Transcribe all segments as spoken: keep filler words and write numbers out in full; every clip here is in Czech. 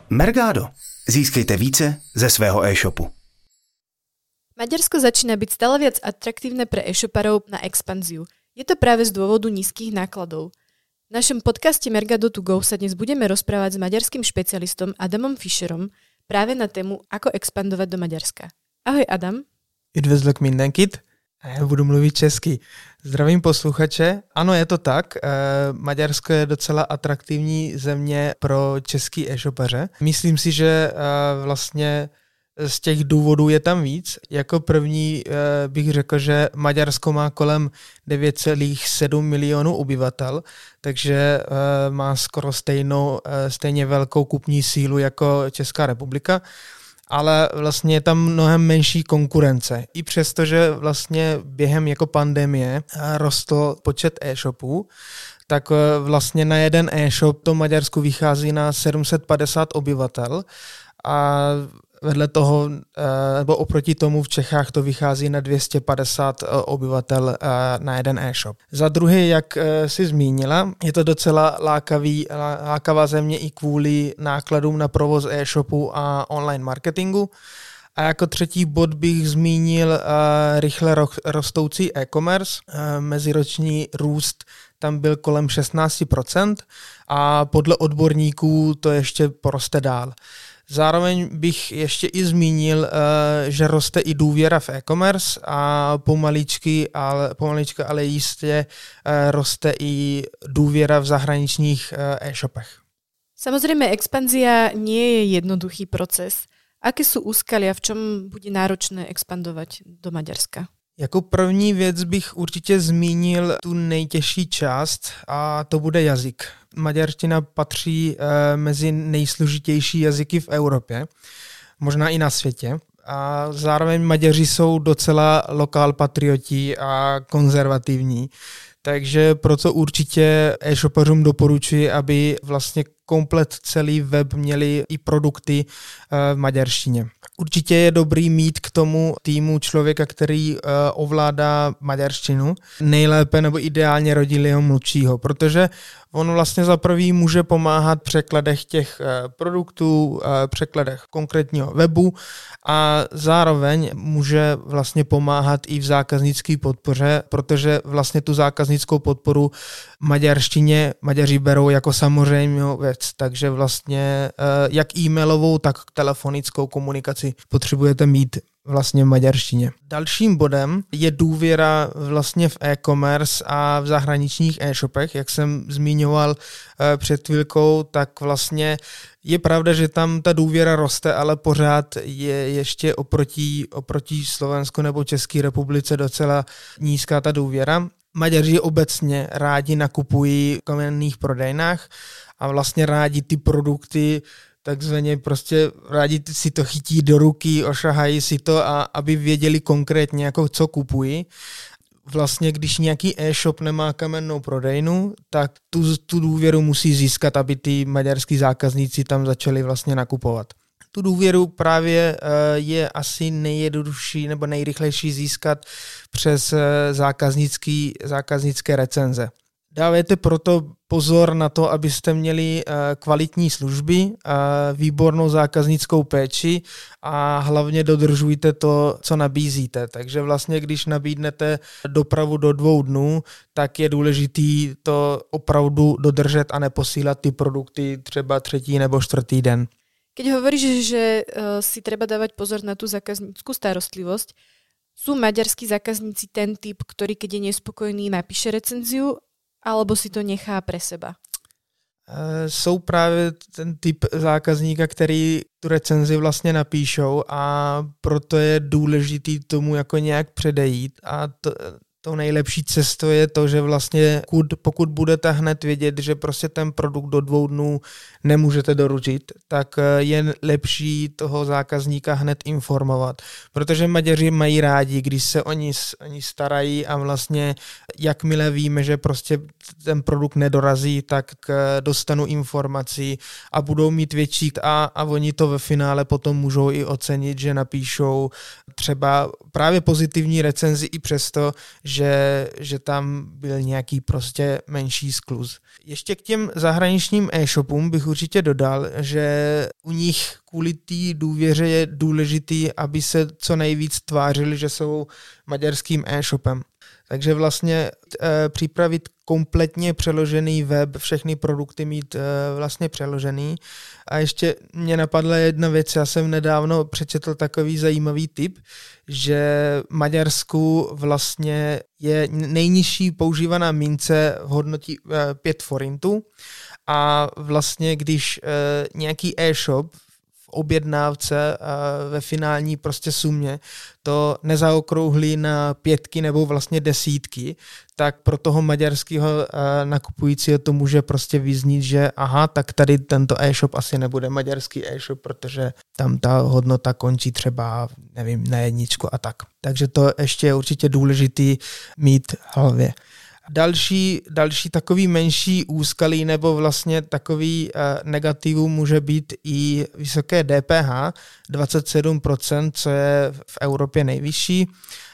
Mergado. Získejte více ze svého e-shopu. Maďarsko začína byť stále viac atraktívne pre e-shoparov na expanziu. Je to práve z dôvodu nízkych nákladov. V našom podcaste Mergado to go sa dnes budeme rozprávať s maďarským špecialistom Adamom Fischerom práve na tému, ako expandovať do Maďarska. Ahoj Adam. Üdvözlök mindenkit. Já budu mluvit česky. Zdravím posluchače. Ano, je to tak. Maďarsko je docela atraktivní země pro český e-shopaře. Myslím si, že vlastně z těch důvodů je tam víc. Jako první bych řekl, že Maďarsko má kolem devět celá sedm milionů obyvatel, takže má skoro stejnou, stejně velkou kupní sílu jako Česká republika. Ale vlastně je tam mnohem menší konkurence. I přesto, že vlastně během jako pandemie rostl počet e-shopů, tak vlastně na jeden e-shop to Maďarsku vychází na sedm set padesát obyvatel a vedle toho, nebo oproti tomu v Čechách to vychází na dvě stě padesát obyvatel na jeden e-shop. Za druhé, jak si zmínila, je to docela lákavý, lákavá země i kvůli nákladům na provoz e-shopu a online marketingu. A jako třetí bod bych zmínil rychle rostoucí e-commerce. Meziroční růst tam byl kolem šestnáct procent a podle odborníků to ještě poroste dál. Zároveň bych ještě i zmínil, že roste i důvěra v e-commerce a pomaličky, ale, pomalička, ale jistě roste i důvěra v zahraničních e-shopech. Samozrejme, expanzia nie je jednoduchý proces. Aké sú úskalia, v čom bude náročné expandovať do Maďarska? Jako první věc bych určitě zmínil tu nejtěžší část a to bude jazyk. Maďarština patří e, mezi nejsložitější jazyky v Evropě, možná i na světě. A zároveň Maďaři jsou docela lokál patrioti a konzervativní. Takže proto určitě e-shopařům doporučuji, aby vlastně komplet celý web měli i produkty v maďarštině. Určitě je dobrý mít k tomu týmu člověka, který ovládá maďarštinu, nejlépe nebo ideálně rodilého mluvčího, protože on vlastně za prvý může pomáhat v překladech těch produktů, překladech konkrétního webu a zároveň může vlastně pomáhat i v zákaznické podpoře, protože vlastně tu zákaznickou podporu maďarštině Maďaři berou jako samozřejmou věc. Takže vlastně jak e-mailovou, tak telefonickou komunikaci potřebujete mít vlastně v maďarštině. Dalším bodem je důvěra vlastně v e-commerce a v zahraničních e-shopech. Jak jsem zmiňoval před chvilkou, tak vlastně je pravda, že tam ta důvěra roste, ale pořád je ještě oproti, oproti Slovensku nebo České republice docela nízká ta důvěra. Maďaři obecně rádi nakupují v kamenných prodejnách a vlastně rádi ty produkty takzvaně prostě rádi si to chytí do ruky, ošahají si to, a aby věděli konkrétně, jako co kupují. Vlastně, když nějaký e-shop nemá kamennou prodejnu, tak tu, tu důvěru musí získat, aby ty maďarský zákazníci tam začali vlastně nakupovat. Tu důvěru právě je asi nejjednodušší nebo nejrychlejší získat přes zákaznický, zákaznické recenze. Dávejte proto pozor na to, abyste měli kvalitní služby, výbornou zákaznickou péči a hlavně dodržujte to, co nabízíte. Takže vlastně, když nabídnete dopravu do dvou dnů, tak je důležitý to opravdu dodržet a neposílat ty produkty třeba třetí nebo čtvrtý den. Keď hovoríš, že uh, si treba dávať pozor na tú zákaznícku starostlivosť, sú maďarskí zákazníci ten typ, ktorý keď je nespokojný, napíše recenziu, alebo si to nechá pre seba? Uh, jsou právě ten typ zákazníka, který tu recenzi vlastně napíšou, a proto je důležitý tomu jako nějak předejít, a to, tou nejlepší cestou je to, že vlastně pokud, pokud budete hned vědět, že prostě ten produkt do dvou dnů nemůžete doručit, tak je lepší toho zákazníka hned informovat. Protože Maďaři mají rádi, když se oni, oni starají, a vlastně jakmile víme, že prostě ten produkt nedorazí, tak dostanu informaci a budou mít větší a, a oni to ve finále potom můžou i ocenit, že napíšou třeba právě pozitivní recenzi i přesto, že že, že tam byl nějaký prostě menší skluz. Ještě k těm zahraničním e-shopům bych určitě dodal, že u nich kvůli té důvěře je důležitý, aby se co nejvíc tvářili, že jsou maďarským e-shopem. Takže vlastně e, připravit kompletně přeložený web, všechny produkty mít e, vlastně přeložený. A ještě mě napadla jedna věc, já jsem nedávno přečetl takový zajímavý tip, že v Maďarsku vlastně je nejnižší používaná mince v hodnotě e, pět forintů a vlastně když e, nějaký e-shop objednávce ve finální prostě sumě to nezaokrouhlí na pětky nebo vlastně desítky, tak pro toho maďarského nakupujícího to může prostě vyznít, že aha, tak tady tento e-shop asi nebude maďarský e-shop, protože tam ta hodnota končí třeba, nevím, na jedničku a tak. Takže to ještě je určitě důležitý mít v hlavě. Další, další takový menší úskalí nebo vlastně takový eh, negativum může být i vysoké D P H, dvacet sedm procent, co je v Evropě nejvyšší.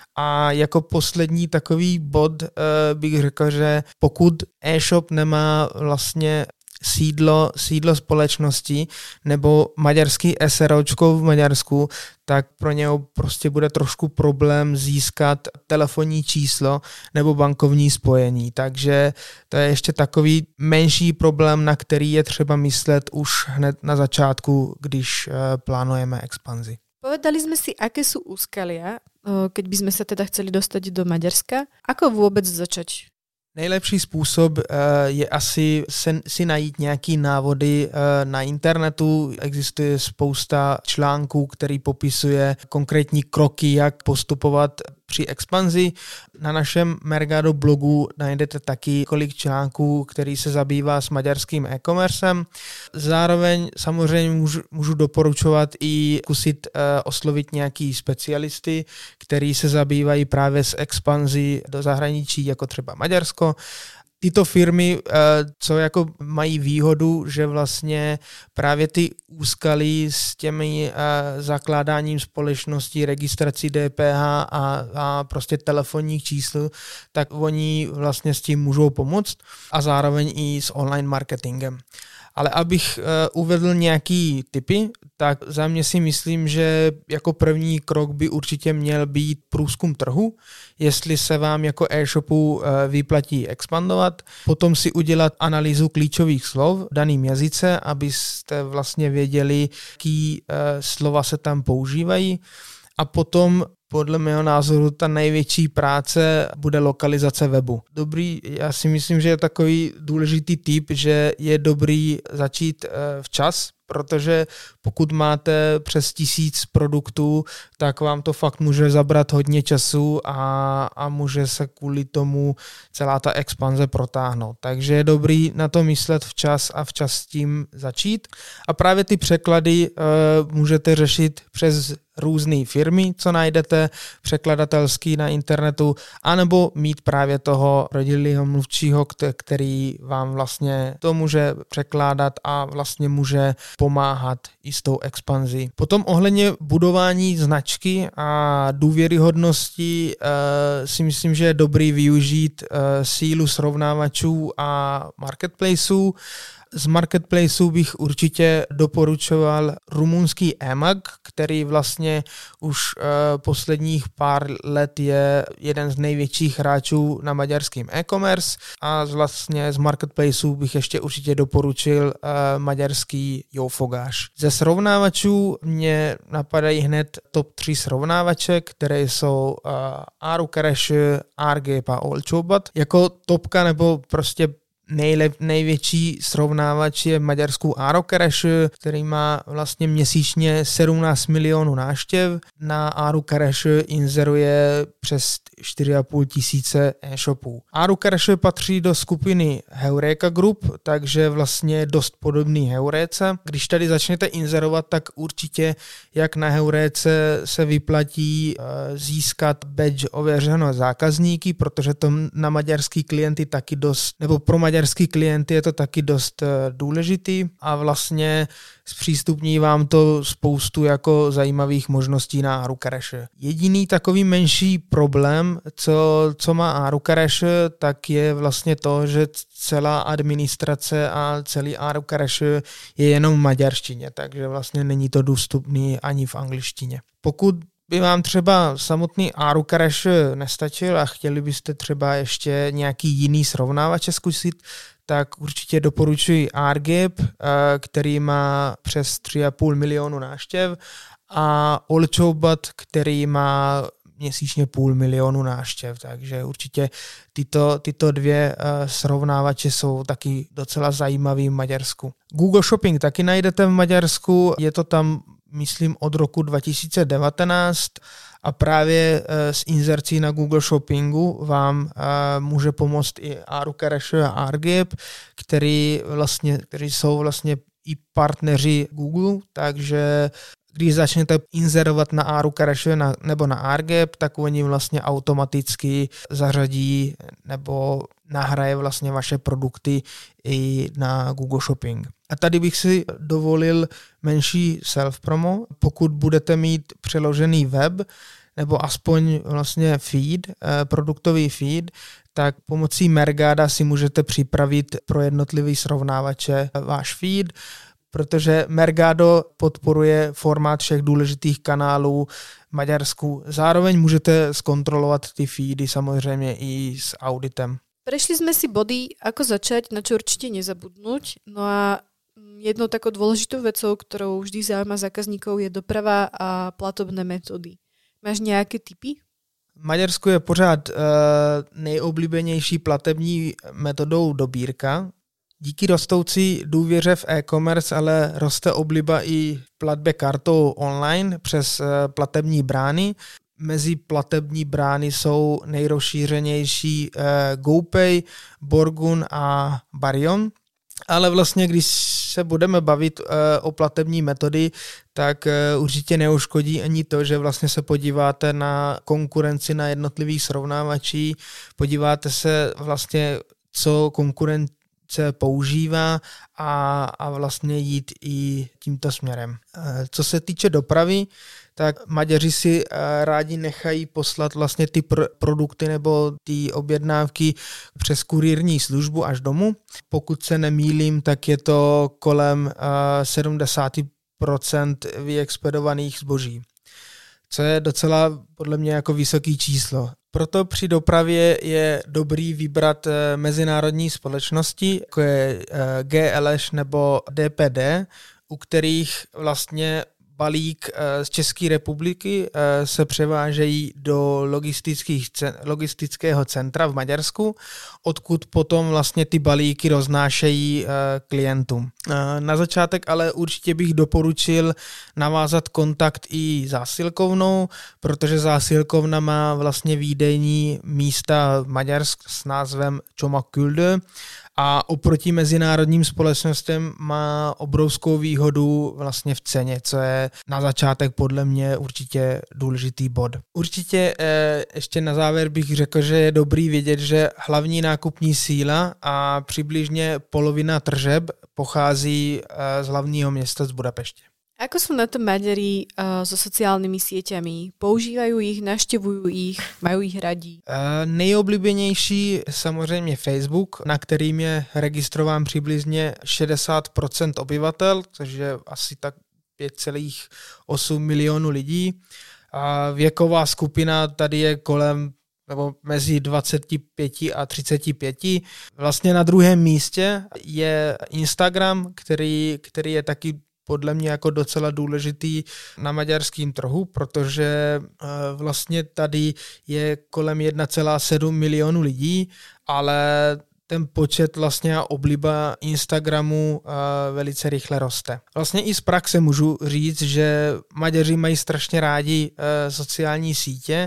A jako poslední takový bod eh, bych řekl, že pokud e-shop nemá vlastně sídlo, sídlo společnosti nebo maďarský SROčko v Maďarsku, tak pro něho prostě bude trošku problém získat telefonní číslo nebo bankovní spojení. Takže to je ještě takový menší problém, na který je třeba myslet už hned na začátku, když plánujeme expanzi. Povedali sme si, aké sú úskalia, keď by sme sa teda chceli dostať do Maďarska. Ako vôbec začať? Nejlepší způsob uh, je asi sen, si najít nějaký návody uh, na internetu. Existuje spousta článků, který popisuje konkrétní kroky, jak postupovat při expanzi. Na našem Mergado blogu najdete taky několik článků, který se zabývá s maďarským e-commercem. Zároveň samozřejmě můžu, můžu doporučovat i zkusit uh, oslovit nějaký specialisty, který se zabývají právě s expanzí do zahraničí, jako třeba Maďarsko. Tyto firmy, co jako mají výhodu, že vlastně právě ty úskalí s těmi zakládáním společností, registrací D P H a, a prostě telefonních čísel, tak oni vlastně s tím můžou pomoct a zároveň i s online marketingem. Ale abych uh, uvedl nějaký tipy, tak za mě si myslím, že jako první krok by určitě měl být průzkum trhu, jestli se vám jako e-shopu uh, vyplatí expandovat, potom si udělat analýzu klíčových slov v daném jazyce, abyste vlastně věděli, jaký uh, slova se tam používají a potom podle mého názoru ta největší práce bude lokalizace webu. Dobrý, já si myslím, že je takový důležitý tip, že je dobrý začít včas, protože pokud máte přes tisíc produktů, tak vám to fakt může zabrat hodně času a, a může se kvůli tomu celá ta expanze protáhnout. Takže je dobrý na to myslet včas a včas s tím začít. A právě ty překlady uh, můžete řešit přes různé firmy, co najdete, překladatelský na internetu, anebo mít právě toho rodilého mluvčího, který vám vlastně to může překládat a vlastně může pomáhat i s tou expanzí. Potom ohledně budování značky a důvěryhodnosti uh, si myslím, že je dobrý využít uh, sílu srovnávačů a marketplaceů. Z marketplaceů bych určitě doporučoval rumunský e-mag, který vlastně už uh, posledních pár let je jeden z největších hráčů na maďarském e-commerce a vlastně z marketplaceů bych ještě určitě doporučil uh, maďarský Jófogás. Ze srovnávačů mě napadají hned top tři srovnávače, které jsou uh, Árukereső, Árgép a Olcsóbbat. Jako topka nebo prostě Nejlep, největší srovnávač je v Maďarsku Árukereső, který má vlastně měsíčně sedmnáct milionů návštěv. Na Árukereső inzeruje přes čtyři a půl tisíce e-shopů. Árukereső patří do skupiny Heureka Group, takže vlastně dost podobný Heuréce. Když tady začnete inzerovat, tak určitě jak na Heuréce se vyplatí uh, získat badge ověřeného zákazníky, protože to na maďarský klienty taky dost, nebo pro maďarský maďarský klienty je to taky dost důležitý a vlastně zpřístupní vám to spoustu jako zajímavých možností na Arucash. Jediný takový menší problém, co, co má Arucash, tak je vlastně to, že celá administrace a celý Arucash je jenom v maďarštině, takže vlastně není to dostupný ani v angličtině. Pokud by vám třeba samotný Arucash nestačil a chtěli byste třeba ještě nějaký jiný srovnávače zkusit, tak určitě doporučuji Argip, který má přes tři a půl milionu návštěv, a Olčobat, který má měsíčně půl milionu návštěv, takže určitě tyto, tyto dvě srovnávače jsou taky docela zajímavý v Maďarsku. Google Shopping taky najdete v Maďarsku, je to tam myslím od roku dva tisíce devatenáct a právě s inzercí na Google Shoppingu vám může pomoct i Arucash a Argip, který vlastně, kteří jsou vlastně i partneři Google, takže když začnete inzerovat na Arucash nebo na Argip, tak oni vlastně automaticky zařadí nebo nahraje vlastně vaše produkty i na Google Shopping. A tady bych si dovolil menší self-promo. Pokud budete mít přeložený web nebo aspoň vlastně feed, produktový feed, tak pomocí Mergada si můžete připravit pro jednotlivý srovnávače váš feed, protože Mergado podporuje formát všech důležitých kanálů v Maďarsku. Zároveň můžete zkontrolovat ty feedy samozřejmě i s auditem. Prešli sme si body, ako začať, na čo určite nezabudnúť. No a jednou takou dôležitou vecou, ktorou vždy zaujíma zákazníkov, je doprava a platobné metódy. Máš nejaké tipy? V Maďarsku je pořád uh, nejoblíbenější platební metodou dobírka. Díky rostoucí důvěře v e-commerce ale roste obliba i v platbě kartou online přes uh, platební brány. Mezi platební brány jsou nejrozšířenější uh, GoPay, Borgun a Barion. Ale vlastně, když se budeme bavit uh, o platební metody, tak uh, určitě neuškodí ani to, že vlastně se podíváte na konkurenci na jednotlivých srovnávačích, podíváte se vlastně, co konkurence používá a, a vlastně jít i tímto směrem. Uh, co se týče dopravy, tak Maďaři si rádi nechají poslat vlastně ty pr- produkty nebo ty objednávky přes kurýrní službu až domů. Pokud se nemýlím, tak je to kolem uh, sedmdesát procent vyexpedovaných zboží, co je docela podle mě jako vysoký číslo. Proto při dopravě je dobrý vybrat mezinárodní společnosti, jako je G L S nebo D P D, u kterých vlastně balík z České republiky se převážejí do logistických, logistického centra v Maďarsku, odkud potom vlastně ty balíky roznášejí klientům. Na začátek ale určitě bych doporučil navázat kontakt i zásilkovnou, protože zásilkovna má vlastně výdejní místa v Maďarsku s názvem Csomag Küldő a oproti mezinárodním společnostem má obrovskou výhodu vlastně v ceně, co je na začátek podle mě určitě důležitý bod. Určitě eh, ještě na závěr bych řekl, že je dobrý vědět, že hlavní nákupní síla a přibližně polovina tržeb pochází eh, z hlavního města z Budapeště. Ako sú na tom Maďari uh, so sociálnymi sieťami? Používajú ich, navštevujú ich, majú ich radí? Uh, nejoblíbenější samozřejmě Facebook, na kterým je registrován přibližně šedesát procent obyvatel, což je asi tak pět celá osm milionů lidí. A věková skupina tady je kolem nebo mezi dvacet pět a třicet pět. Vlastně na druhém místě je Instagram, který, který je taky podle mě jako docela důležitý na maďarském trhu, protože vlastně tady je kolem jedna celá sedm milionu lidí, ale ten počet vlastně a obliba Instagramu velice rychle roste. Vlastně i z praxe můžu říct, že Maďaři mají strašně rádi sociální sítě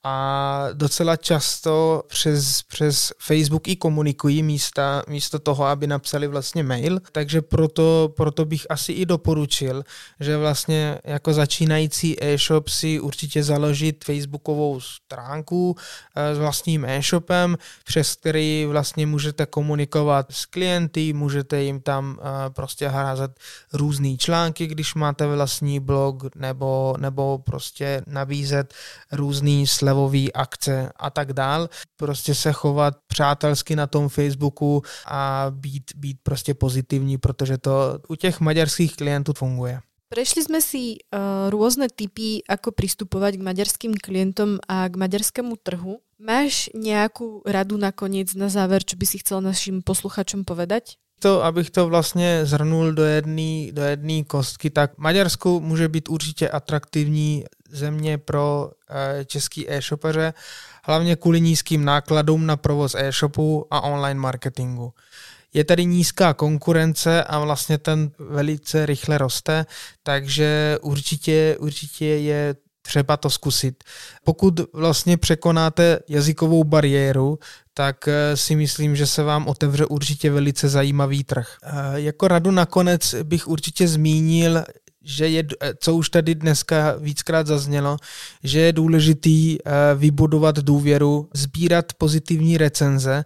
a docela často přes, přes Facebook i komunikují místa, místo toho, aby napsali vlastně mail, takže proto, proto bych asi i doporučil, že vlastně jako začínající e-shop si určitě založit facebookovou stránku s vlastním e-shopem, přes který vlastně můžete komunikovat s klienty, můžete jim tam prostě házet různý články, když máte vlastní blog, nebo, nebo prostě nabízet různý slevový akce a tak dál. Prostě se chovat přátelsky na tom Facebooku a být, být prostě pozitivní, protože to u těch maďarských klientů funguje. Prešli sme si uh, rôzne typy, ako pristupovať k maďarským klientom a k maďarskému trhu. Máš nejakú radu nakoniec na záver, čo by si chcel našim posluchačom povedať? To, abych to vlastně zhrnul do jedné do jedné kostky, tak Maďarsko může být určitě atraktivní země pro e, český e-shopaře, hlavně kvůli nízkým nákladům na provoz e-shopu a online marketingu. Je tady nízká konkurence a vlastně ten velice rychle roste, takže určitě, určitě je třeba to zkusit. Pokud vlastně překonáte jazykovou bariéru, tak si myslím, že se vám otevře určitě velice zajímavý trh. Jako radu nakonec bych určitě zmínil, že je, co už tady dneska víckrát zaznělo, že je důležitý vybudovat důvěru, sbírat pozitivní recenze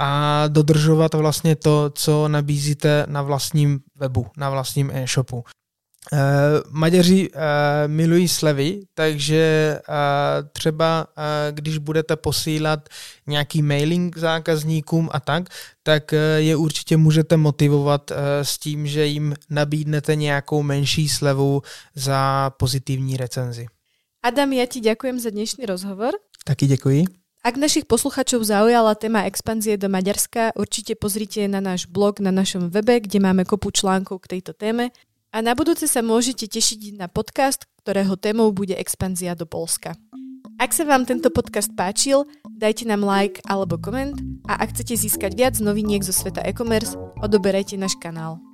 a dodržovat vlastně to, co nabízíte na vlastním webu, na vlastním e-shopu. Uh, Maďaři uh, milují slevy, takže uh, třeba uh, když budete posílat nějaký mailing zákazníkům a tak, tak uh, je určitě můžete motivovat uh, s tím, že jim nabídnete nějakou menší slevu za pozitivní recenzi. Adam, ja ti ďakujem za dnešný rozhovor. Taky děkuji. Ak našich posluchačov zaujala téma expanzie do Maďarska, určite pozrite na náš blog na našom webe, kde máme kopu článkov k tejto téme. A na budúce sa môžete tešiť na podcast, ktorého témou bude expanzia do Poľska. Ak sa vám tento podcast páčil, dajte nám like alebo koment a ak chcete získať viac noviniek zo sveta e-commerce, odoberajte náš kanál.